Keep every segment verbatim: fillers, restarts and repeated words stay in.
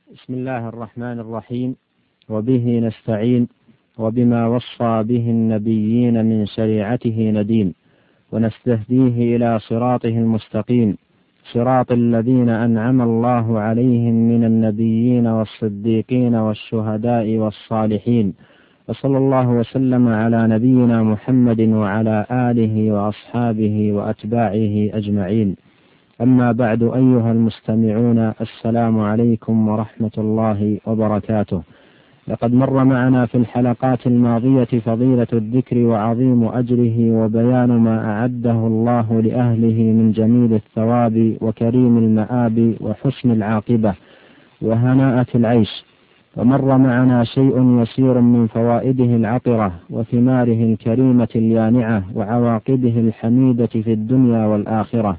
بسم الله الرحمن الرحيم، وبه نستعين، وبما وصى به النبيين من شريعته ندين، ونستهديه إلى صراطه المستقيم، صراط الذين أنعم الله عليهم من النبيين والصديقين والشهداء والصالحين. وصلى الله وسلم على نبينا محمد وعلى آله وأصحابه وأتباعه أجمعين. أما بعد، أيها المستمعون، السلام عليكم ورحمة الله وبركاته. لقد مر معنا في الحلقات الماضية فضيلة الذكر وعظيم أجره، وبيان ما أعده الله لأهله من جميل الثواب وكريم المآب وحسن العاقبة وهناءة العيش. ومر معنا شيء يسير من فوائده العطرة وثماره الكريمة اليانعة وعواقبه الحميدة في الدنيا والآخرة.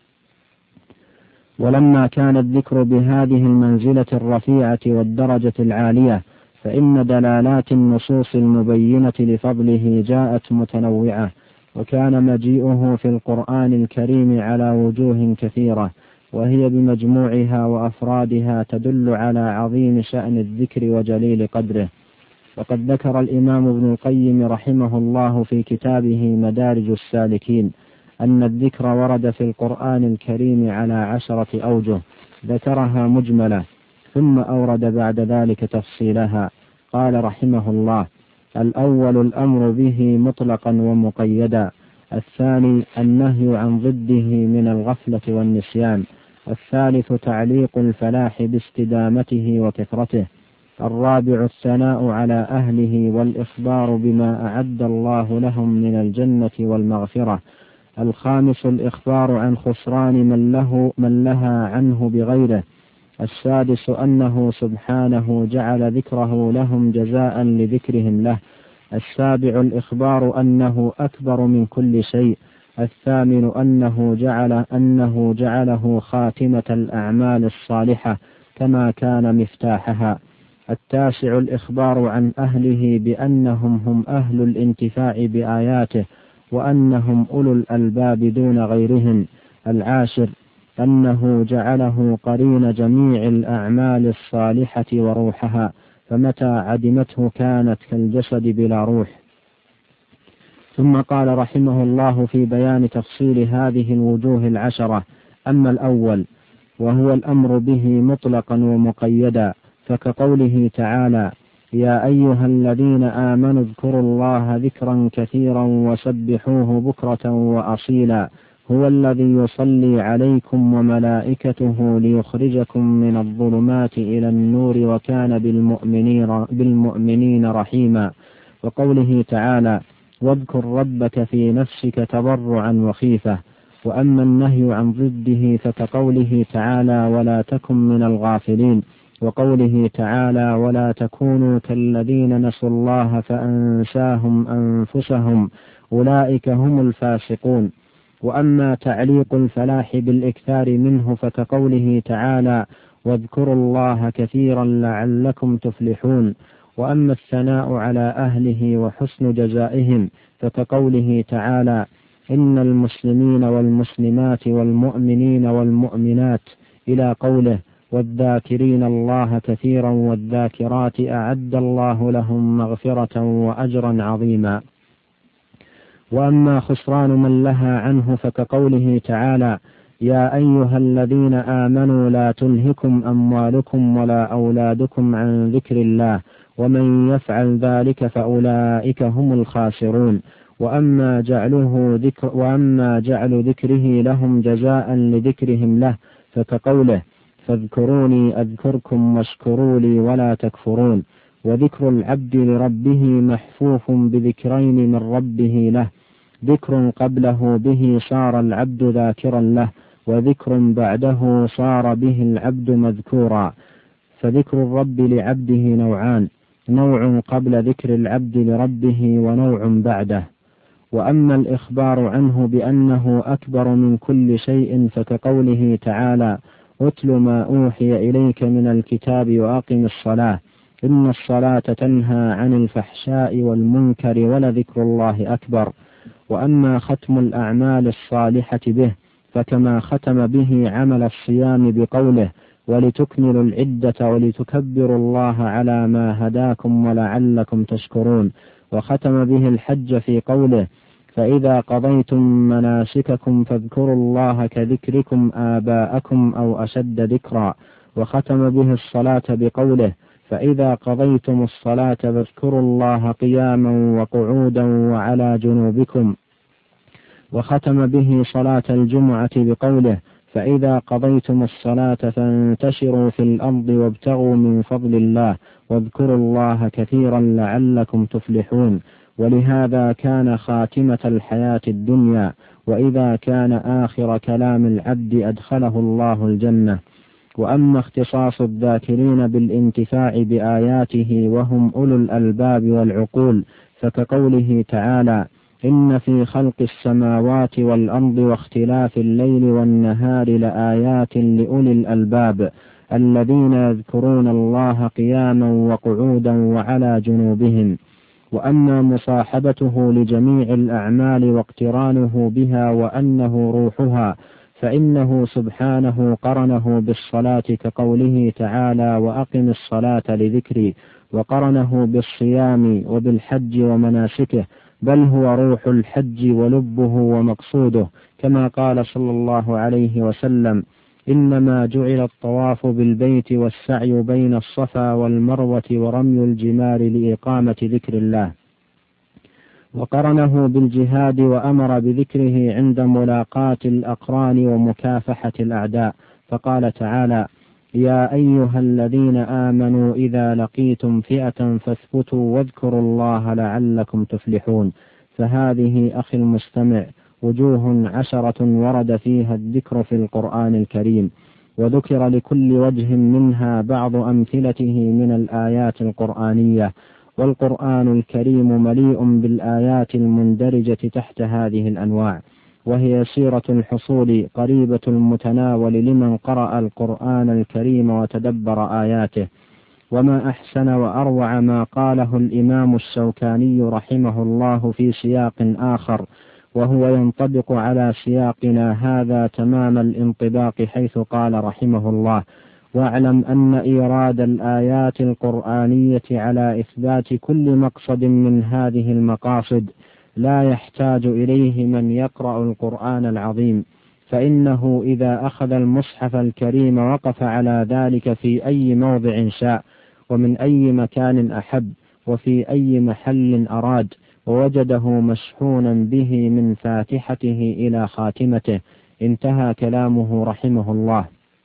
ولما كان الذكر بهذه المنزلة الرفيعة والدرجة العالية، فإن دلالات النصوص المبينة لفضله جاءت متنوعة، وكان مجيئه في القرآن الكريم على وجوه كثيرة، وهي بمجموعها وأفرادها تدل على عظيم شأن الذكر وجليل قدره. وقد ذكر الإمام ابن القيم رحمه الله في كتابه مدارج السالكين أن الذكر ورد في القرآن الكريم على عشرة أوجه، ذكرها مجملة ثم أورد بعد ذلك تفصيلها. قال رحمه الله: الأول الأمر به مطلقا ومقيدا، الثاني النهي عن ضده من الغفلة والنسيان، الثالث تعليق الفلاح باستدامته وكثرته، الرابع الثناء على أهله والإخبار بما أعد الله لهم من الجنة والمغفرة، الخامس الإخبار عن خسران من له من لها عنه بغيره، السادس أنه سبحانه جعل ذكره لهم جزاء لذكرهم له، السابع الإخبار أنه أكبر من كل شيء، الثامن أنه جعل أنه جعله خاتمة الأعمال الصالحة كما كان مفتاحها، التاسع الإخبار عن أهله بأنهم هم أهل الانتفاع بآياته وأنهم أولو الألباب دون غيرهم، العاشر أنه جعله قرين جميع الأعمال الصالحة وروحها، فمتى عدمته كانت كالجسد بلا روح. ثم قال رحمه الله في بيان تفصيل هذه الوجوه العشرة: أما الأول وهو الأمر به مطلقا ومقيدا، فكقوله تعالى: يا أيها الذين آمنوا اذكروا الله ذكرا كثيرا وسبحوه بكرة وأصيلا، هو الذي يصلي عليكم وملائكته ليخرجكم من الظلمات إلى النور وكان بالمؤمنين, بالمؤمنين رحيما. وقوله تعالى: واذكر ربك في نفسك تضرعا وخيفة. وأما النهي عن ضده فكقوله تعالى: ولا تكن من الغافلين، وقوله تعالى: ولا تكونوا كالذين نسوا الله فأنساهم أنفسهم أولئك هم الفاسقون. وأما تعليق الفلاح بالإكثار منه فكقوله تعالى: واذكروا الله كثيرا لعلكم تفلحون. وأما الثناء على أهله وحسن جزائهم فكقوله تعالى: إن المسلمين والمسلمات والمؤمنين والمؤمنات إلى قوله: والذاكرين الله كثيرا والذاكرات أعد الله لهم مغفرة وأجرا عظيما. وأما خسران من لها عنه فكقوله تعالى: يا أيها الذين آمنوا لا تلهكم أموالكم ولا أولادكم عن ذكر الله ومن يفعل ذلك فأولئك هم الخاسرون. وأما جعله ذكر وأما جعل ذكره لهم جزاء لذكرهم له فكقوله: فاذكروني أذكركم واشكروا لي ولا تكفرون. وذكر العبد لربه محفوف بذكرين من ربه له: ذكر قبله به صار العبد ذاكرا له، وذكر بعده صار به العبد مذكورا. فذكر الرب لعبده نوعان: نوع قبل ذكر العبد لربه ونوع بعده. وأما الإخبار عنه بأنه أكبر من كل شيء فكقوله تعالى: اتل ما أوحي إليك من الكتاب وأقم الصلاة إن الصلاة تنهى عن الفحشاء والمنكر ولذكر الله أكبر. وأما ختم الأعمال الصالحة به فكما ختم به عمل الصيام بقوله: ولتكملوا العدة ولتكبروا الله على ما هداكم ولعلكم تشكرون. وختم به الحج في قوله: فإذا قضيتم مناسككم فاذكروا الله كذكركم آباءكم أو أشد ذكرا. وختم به الصلاة بقوله: فإذا قضيتم الصلاة فاذكروا الله قياما وقعودا وعلى جنوبكم. وختم به صلاة الجمعة بقوله: فإذا قضيتم الصلاة فانتشروا في الأرض وابتغوا من فضل الله واذكروا الله كثيرا لعلكم تفلحون. ولهذا كان خاتمة الحياة الدنيا، وإذا كان آخر كلام العبد أدخله الله الجنة. وأما اختصاص الذاكرين بالانتفاع بآياته وهم أولو الألباب والعقول، فكقوله تعالى: إن في خلق السماوات والأرض واختلاف الليل والنهار لآيات لأولي الألباب الذين يذكرون الله قياما وقعودا وعلى جنوبهم. وأما مصاحبته لجميع الأعمال واقترانه بها وأنه روحها، فإنه سبحانه قرنه بالصلاة كقوله تعالى: وأقم الصلاة لذكري، وقرنه بالصيام وبالحج ومناسكه، بل هو روح الحج ولبه ومقصوده، كما قال صلى الله عليه وسلم: إنما جعل الطواف بالبيت والسعي بين الصفا والمروة ورمي الجمار لإقامة ذكر الله. وقرنه بالجهاد وأمر بذكره عند ملاقاة الأقران ومكافحة الأعداء، فقال تعالى: يا أيها الذين آمنوا إذا لقيتم فئة فاثبتوا واذكروا الله لعلكم تفلحون. فهذه أخي المستمع وجوه عشرة ورد فيها الذكر في القرآن الكريم، وذكر لكل وجه منها بعض أمثلته من الآيات القرآنية. والقرآن الكريم مليء بالآيات المندرجة تحت هذه الأنواع، وهي سيرة الحصول قريبة المتناول لمن قرأ القرآن الكريم وتدبر آياته. وما أحسن وأروع ما قاله الإمام الشوكاني رحمه الله في سياق آخر، وهو ينطبق على سياقنا هذا تمام الانطباق، حيث قال رحمه الله: واعلم أن إيراد الآيات القرآنية على إثبات كل مقصد من هذه المقاصد لا يحتاج إليه من يقرأ القرآن العظيم، فإنه إذا أخذ المصحف الكريم وقف على ذلك في أي موضع شاء ومن أي مكان أحب وفي أي محل أراد، ووجده مشحونا به من فاتحته إلى خاتمته. انتهى كلامه رحمه الله.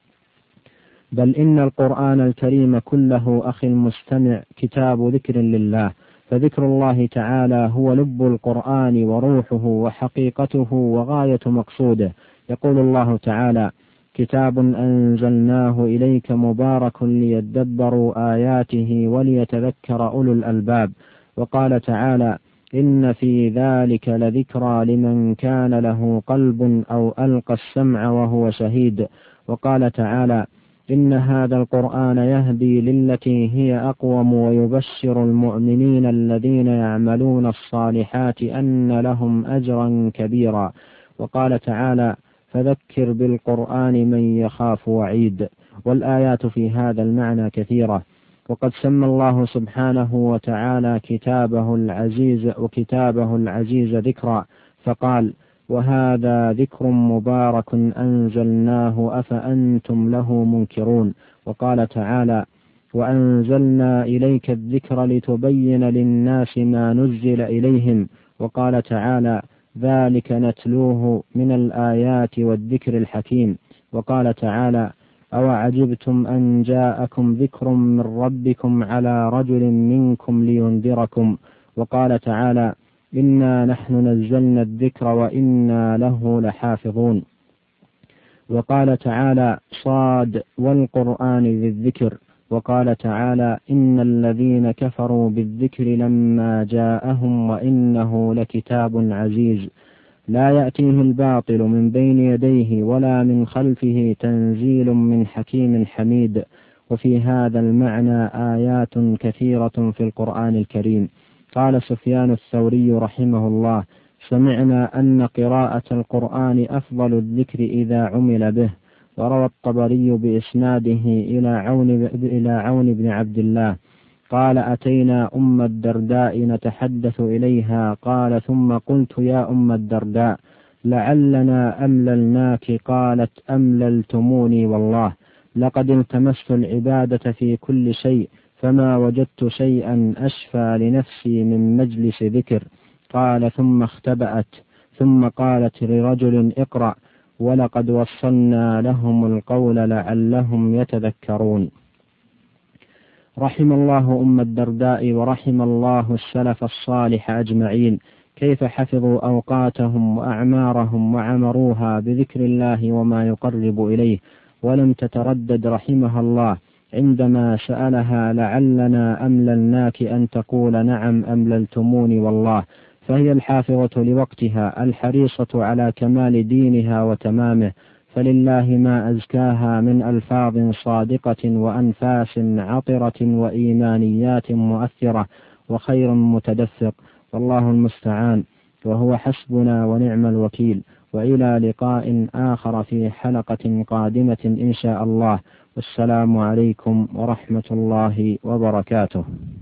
بل إن القرآن الكريم كله أخي المستمع كتاب ذكر لله، فذكر الله تعالى هو لب القرآن وروحه وحقيقته وغاية مقصوده. يقول الله تعالى: كتاب أنزلناه إليك مبارك ليدبروا آياته وليتذكر أولو الألباب. وقال تعالى: إن في ذلك لذكرى لمن كان له قلب أو ألقى السمع وهو شهيد. وقال تعالى: إن هذا القرآن يهدي للتي هي أقوم ويبشر المؤمنين الذين يعملون الصالحات أن لهم أجرا كبيرا. وقال تعالى: فذكر بالقرآن من يخاف وعيد. والآيات في هذا المعنى كثيرة، وقد سمى الله سبحانه وتعالى كتابه العزيز وكتابه العزيز ذكرا، فقال: وهذا ذكر مبارك أنزلناه أفأنتم له منكرون. وقال تعالى: وأنزلنا إليك الذكر لتبين للناس ما نزل إليهم. وقال تعالى: ذلك نتلوه من الآيات والذكر الحكيم. وقال تعالى: أو عجبتم أن جاءكم ذكر من ربكم على رجل منكم لينذركم. وقال تعالى: إنا نحن نزلنا الذكر وإنا له لحافظون. وقال تعالى: صاد والقرآن ذي الذكر. وقال تعالى: إن الذين كفروا بالذكر لما جاءهم وإنه لكتاب عزيز لا يأتيه الباطل من بين يديه ولا من خلفه تنزيل من حكيم حميد. وفي هذا المعنى آيات كثيرة في القرآن الكريم. قال سفيان الثوري رحمه الله: سمعنا أن قراءة القرآن أفضل الذكر إذا عمل به، وروى الطبري بإسناده إلى عون, إلى عون بن عبد الله قال أتينا أم الدرداء نتحدث إليها قال ثم قلت يا أم الدرداء لعلنا أمللناك قالت أمللتموني والله لقد التمست العبادة في كل شيء فما وجدت شيئا أشفى لنفسي من مجلس ذكر. قال ثم اختبأت ثم قالت لرجل اقرأ ولقد وصلنا لهم القول لعلهم يتذكرون. رحم الله أم الدرداء ورحم الله السلف الصالح أجمعين كيف حفظوا أوقاتهم وأعمارهم وعمروها بذكر الله وما يقرب إليه، ولم تتردد رحمها الله عندما سألها لعلنا أمللناك أن تقول نعم أمللتموني والله، فهي الحافظة لوقتها الحريصة على كمال دينها وتمامه، فلله ما أزكاها من ألفاظ صادقة وأنفاس عطرة وإيمانيات مؤثرة وخير متدفق، والله المستعان، وهو حسبنا ونعم الوكيل. وإلى لقاء آخر في حلقة قادمة إن شاء الله، والسلام عليكم ورحمة الله وبركاته.